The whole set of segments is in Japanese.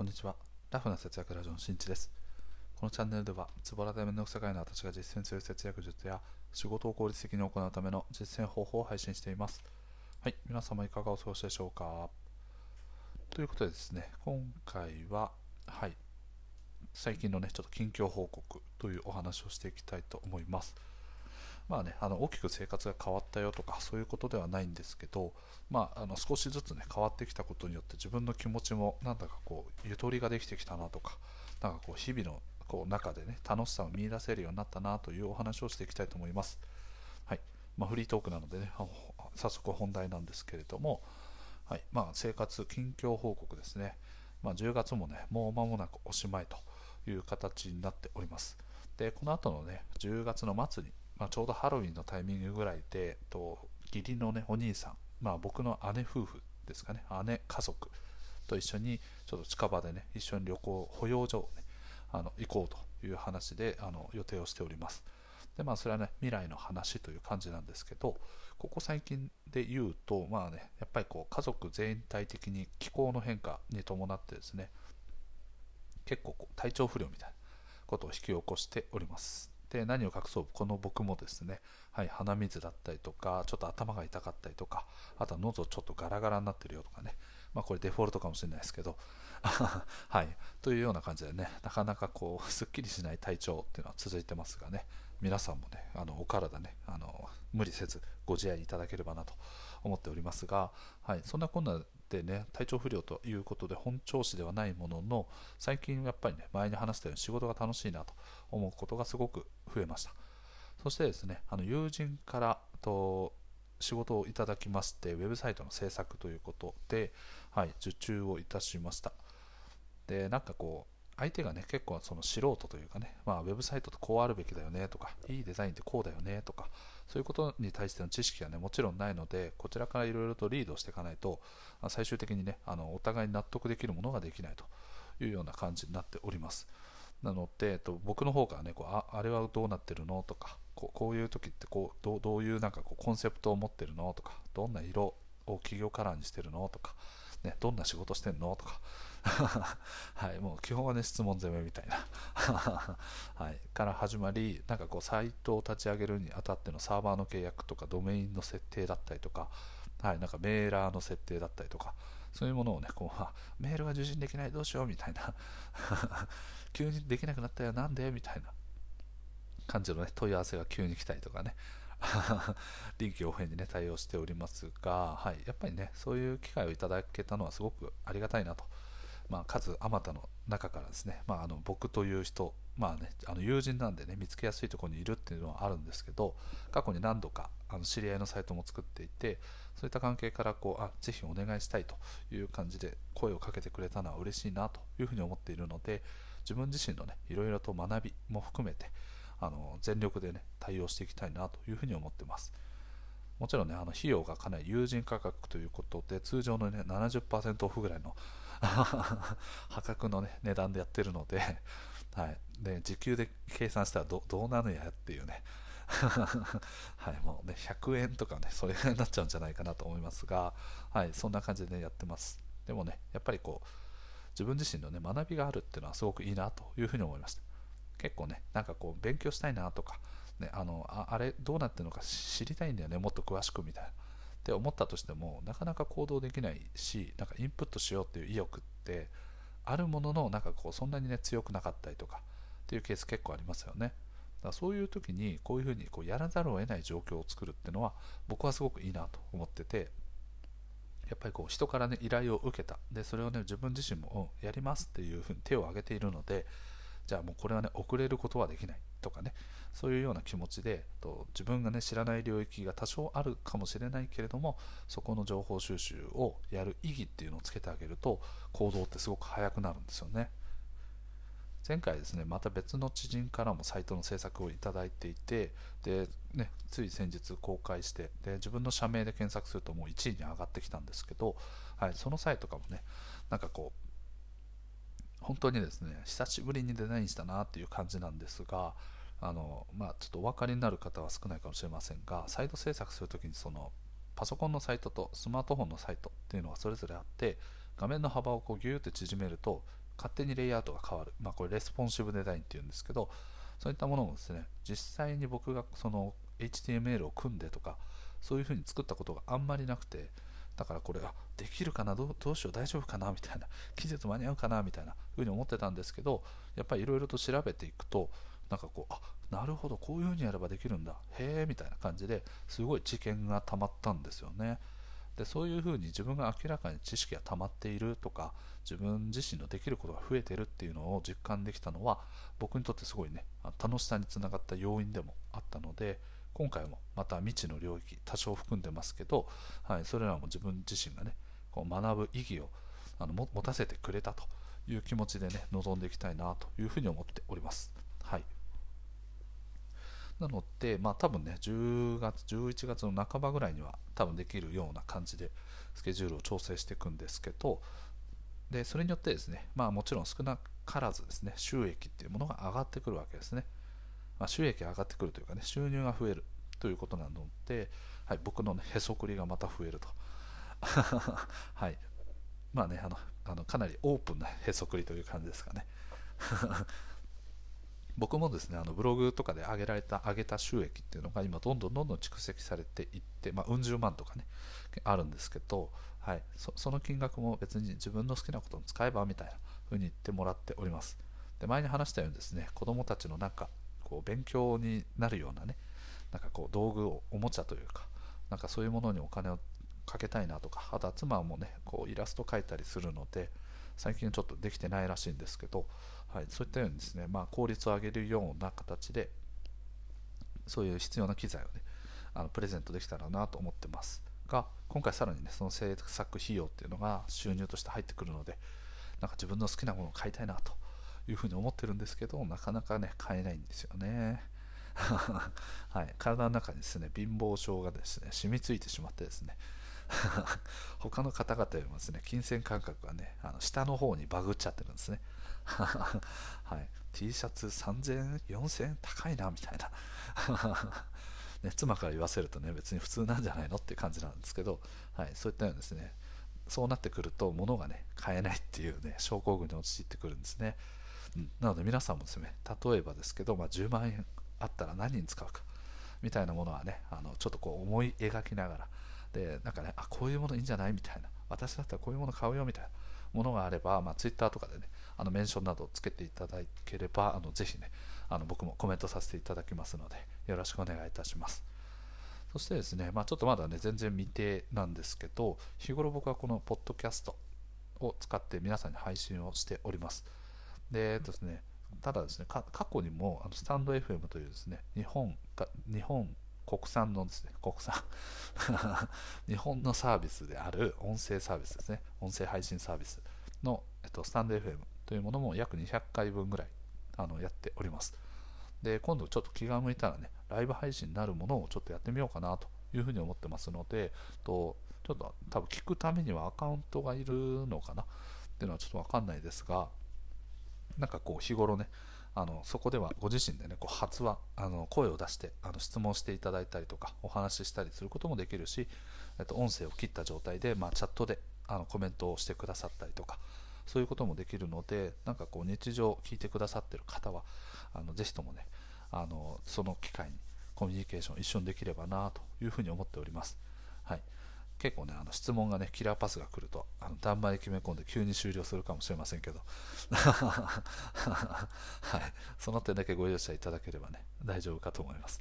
こんにちは。ラフな節約ラジオのしんいちです。このチャンネルでは、ズボラでめんどくさがいの私が実践する節約術や仕事を効率的に行うための実践方法を配信しています。はい、皆様いかがお過ごしでしょうか。ということでですね、今回は、最近のね、ちょっと近況報告というお話をしていきたいと思います。大きく生活が変わったよとかそういうことではないんですけど、少しずつね変わってきたことによって自分の気持ちもなんだかゆとりができてきたなとか、日々の中でね楽しさを見出せるようになったなというお話をしていきたいと思います。はい。フリートークなのでね、早速本題なんですけれども、生活近況報告ですね。10月もねもう間もなくおしまいという形になっております。でこの後のね10月の末にちょうどハロウィンのタイミングぐらいで義理のねお兄さん、僕の姉夫婦ですかね、姉家族と一緒にちょっと近場でね一緒に旅行保養所をね行こうという話で予定をしております。でそれはね未来の話という感じなんですけど、ここ最近で言うとやっぱり家族全体的に気候の変化に伴ってですね、結構体調不良みたいなことを引き起こしております。で何を隠そう、この僕もですね、鼻水だったりとかちょっと頭が痛かったりとか、あとは喉ちょっとガラガラになってるよとかね、これデフォルトかもしれないですけどというような感じでね、なかなかすっきりしない体調っていうのは続いてますがね、皆さんもねお体ね無理せずご自愛いただければなと思っておりますが、そんなこんなでね体調不良ということで本調子ではないものの、最近やっぱりね前に話したように仕事が楽しいなと思うことがすごく増えました。そしてですね、友人から仕事をいただきまして、ウェブサイトの制作ということで、受注をいたしました。で相手がね結構その素人というかね、ウェブサイトってこうあるべきだよねとか、いいデザインってこうだよねとか、そういうことに対しての知識がねもちろんないので、こちらからいろいろとリードしていかないと最終的にねお互いに納得できるものができないというような感じになっております。なので、僕の方からねあれはどうなってるのとか、こういう時ってどういうコンセプトを持ってるのとか、どんな色を企業カラーにしてるのとか、ね、どんな仕事してんのとかもう基本はね質問攻めみたいなから始まり、サイトを立ち上げるにあたってのサーバーの契約とかドメインの設定だったりとか、メーラーの設定だったりとか、そういうものをねメールが受信できないどうしようみたいな急にできなくなったよなんでみたいな感じのね問い合わせが急に来たりとかね臨機応変にね対応しておりますが、やっぱりねそういう機会をいただけたのはすごくありがたいなと。数あまたの中からですね、僕という人、友人なんでね見つけやすいところにいるっていうのはあるんですけど、過去に何度か知り合いのサイトも作っていて、そういった関係からぜひお願いしたいという感じで声をかけてくれたのは嬉しいなというふうに思っているので、自分自身のねいろいろと学びも含めて全力でね対応していきたいなというふうに思ってます。もちろんね費用がかなり友人価格ということで、通常のね70%オフぐらいの破格の、ね、値段でやってるので、で時給で計算したらどうなのやっていうねもうね100円とかねそれぐらいになっちゃうんじゃないかなと思いますが、そんな感じで、ね、やってます。でもねやっぱり自分自身の、ね、学びがあるっていうのはすごくいいなというふうに思いました。結構ね勉強したいなとか、ね、あれどうなってるのか知りたいんだよねもっと詳しくみたいなって思ったとしても、なかなか行動できないし、インプットしようっていう意欲ってあるもののそんなにね強くなかったりとかっていうケース結構ありますよね。だからそういう時にこういうふうにやらざるを得ない状況を作るっていうのは僕はすごくいいなと思ってて、やっぱり人からね依頼を受けた、でそれをね自分自身も、やりますっていうふうに手を挙げているので、じゃあもうこれはね遅れることはできないとかね、そういうような気持ちで自分がね知らない領域が多少あるかもしれないけれども、そこの情報収集をやる意義っていうのをつけてあげると行動ってすごく早くなるんですよね。前回ですねまた別の知人からもサイトの制作をいただいていて、で、ね、つい先日公開して、で自分の社名で検索するともう1位に上がってきたんですけど、その際とかもね本当にですね久しぶりにデザインしたなっていう感じなんですが、ちょっとお分かりになる方は少ないかもしれませんが、サイト制作するときにパソコンのサイトとスマートフォンのサイトっていうのがそれぞれあって、画面の幅をギューって縮めると勝手にレイアウトが変わる、これレスポンシブデザインっていうんですけど、そういったものもですね、実際に僕がその HTML を組んでとかそういう風に作ったことがあんまりなくて、だからこれできるかな、どうしよう、大丈夫かなみたいな、期日間に合うかなみたいな風に思ってたんですけど、やっぱりいろいろと調べていくと、なんかこう、なるほど、こういう風にやればできるんだ、へえみたいな感じですごい知見がたまったんですよね。でそういうふうに自分が明らかに知識が溜まっているとか、自分自身のできることが増えているっていうのを実感できたのは、僕にとってすごいね、楽しさにつながった要因でもあったので、今回もまた未知の領域多少含んでますけど、それらも自分自身がね、こう学ぶ意義を持たせてくれたという気持ちでね、臨んでいきたいなというふうに思っております。はい。なので、多分ね、10月、11月の半ばぐらいには多分できるような感じでスケジュールを調整していくんですけど、でそれによってですね、もちろん少なからずですね、収益っていうものが上がってくるわけですね。収益が上がってくるというかね、収入が増えるということなので、僕の、ね、へそくりがまた増えると。はい。かなりオープンなへそくりという感じですかね。僕もですね、ブログとかで上げた収益っていうのが今どんどん蓄積されていって、うん十万とかね、あるんですけど、その金額も別に自分の好きなことに使えばみたいな風に言ってもらっております。で、前に話したようにですね、子供たちのこう勉強になるようなね、こう道具を、おもちゃというか、そういうものにお金をかけたいなとか、あとは妻もね、こうイラスト描いたりするので、最近ちょっとできてないらしいんですけど、そういったようにですね、効率を上げるような形でそういう必要な機材をね、プレゼントできたらなと思ってますが、今回さらにね、その制作費用っていうのが収入として入ってくるので、自分の好きなものを買いたいなというふうに思ってるんですけど、なかなかね買えないんですよね。体の中にですね、貧乏症がですね染みついてしまってですね、他の方々よりもですね、金銭感覚がね、下の方にバグっちゃってるんですね。T シャツ3000円、4000円高いなみたいな、ね、妻から言わせるとね、別に普通なんじゃないのって感じなんですけど、そういったようにですね、そうなってくると物がね買えないっていうね症候群に陥ってくるんですね。なので皆さんもですね、例えばですけど、10万円あったら何に使うかみたいなものはね、ちょっとこう思い描きながら、でこういうものいいんじゃないみたいな、私だったらこういうもの買うよみたいなものがあれば、Twitter とかでね、メンションなどをつけていただければ、ぜひね、僕もコメントさせていただきますので、よろしくお願いいたします。そしてですね、ちょっとまだね全然未定なんですけど、日頃僕はこのポッドキャストを使って皆さんに配信をしております。でですね、ただですね、過去にもスタンド FM というですね、日本国産のですね、日本のサービスである音声サービスですね、音声配信サービスの、スタンド FM というものも約200回分ぐらいやっております。で、今度ちょっと気が向いたらね、ライブ配信になるものをちょっとやってみようかなというふうに思ってますので、ちょっと多分聞くためにはアカウントがいるのかなっていうのはちょっとわかんないですが、こう日頃ね、そこではご自身でね、こう発話、声を出して質問していただいたりとかお話ししたりすることもできるし、音声を切った状態で、チャットでコメントをしてくださったりとか、そういうこともできるので、こう日常聞いてくださっている方はぜひともね、その機会にコミュニケーション一緒にできればなというふうに思っております。結構ね、質問がね、キラーパスが来るとだんまり決め込んで急に終了するかもしれませんけどその点だけご容赦いただければね、大丈夫かと思います。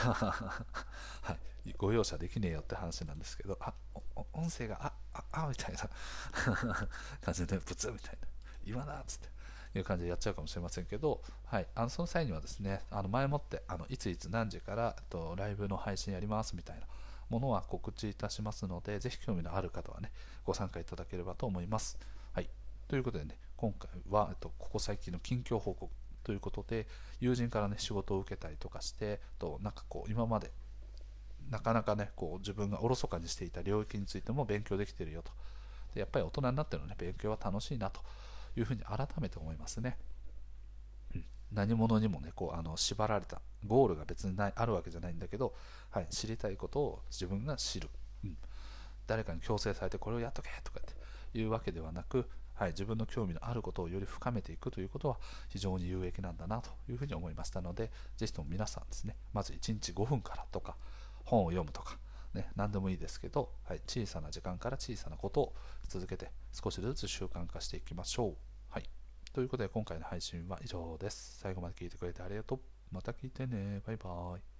ご容赦できねえよって話なんですけど、音声がみたいな感じでブツみたいな、今だっつっていう感じでやっちゃうかもしれませんけど、その際にはですね、前もっていついつ何時からライブの配信やりますみたいなものは告知いたしますので、ぜひ興味のある方はね、ご参加いただければと思います。ということでね、今回はここ最近の近況報告ということで、友人からね仕事を受けたりとかして、こう今までなかなかねこう自分がおろそかにしていた領域についても勉強できているよと。でやっぱり大人になってのね、勉強は楽しいなというふうに改めて思いますね。何者にもねこう縛られたゴールが別にあるわけじゃないんだけど、知りたいことを自分が知る、誰かに強制されてこれをやっとけとかっていうわけではなく、 はい、自分の興味のあることをより深めていくということは非常に有益なんだなというふうに思いましたので、ぜひとも皆さんですね、まず1日5分からとか、本を読むとか、ね、何でもいいですけど、はい、小さな時間から小さなことを続けて少しずつ習慣化していきましょう。はい、ということで今回の配信は以上です。最後まで聞いてくれてありがとう。また聞いてね。バイバイ。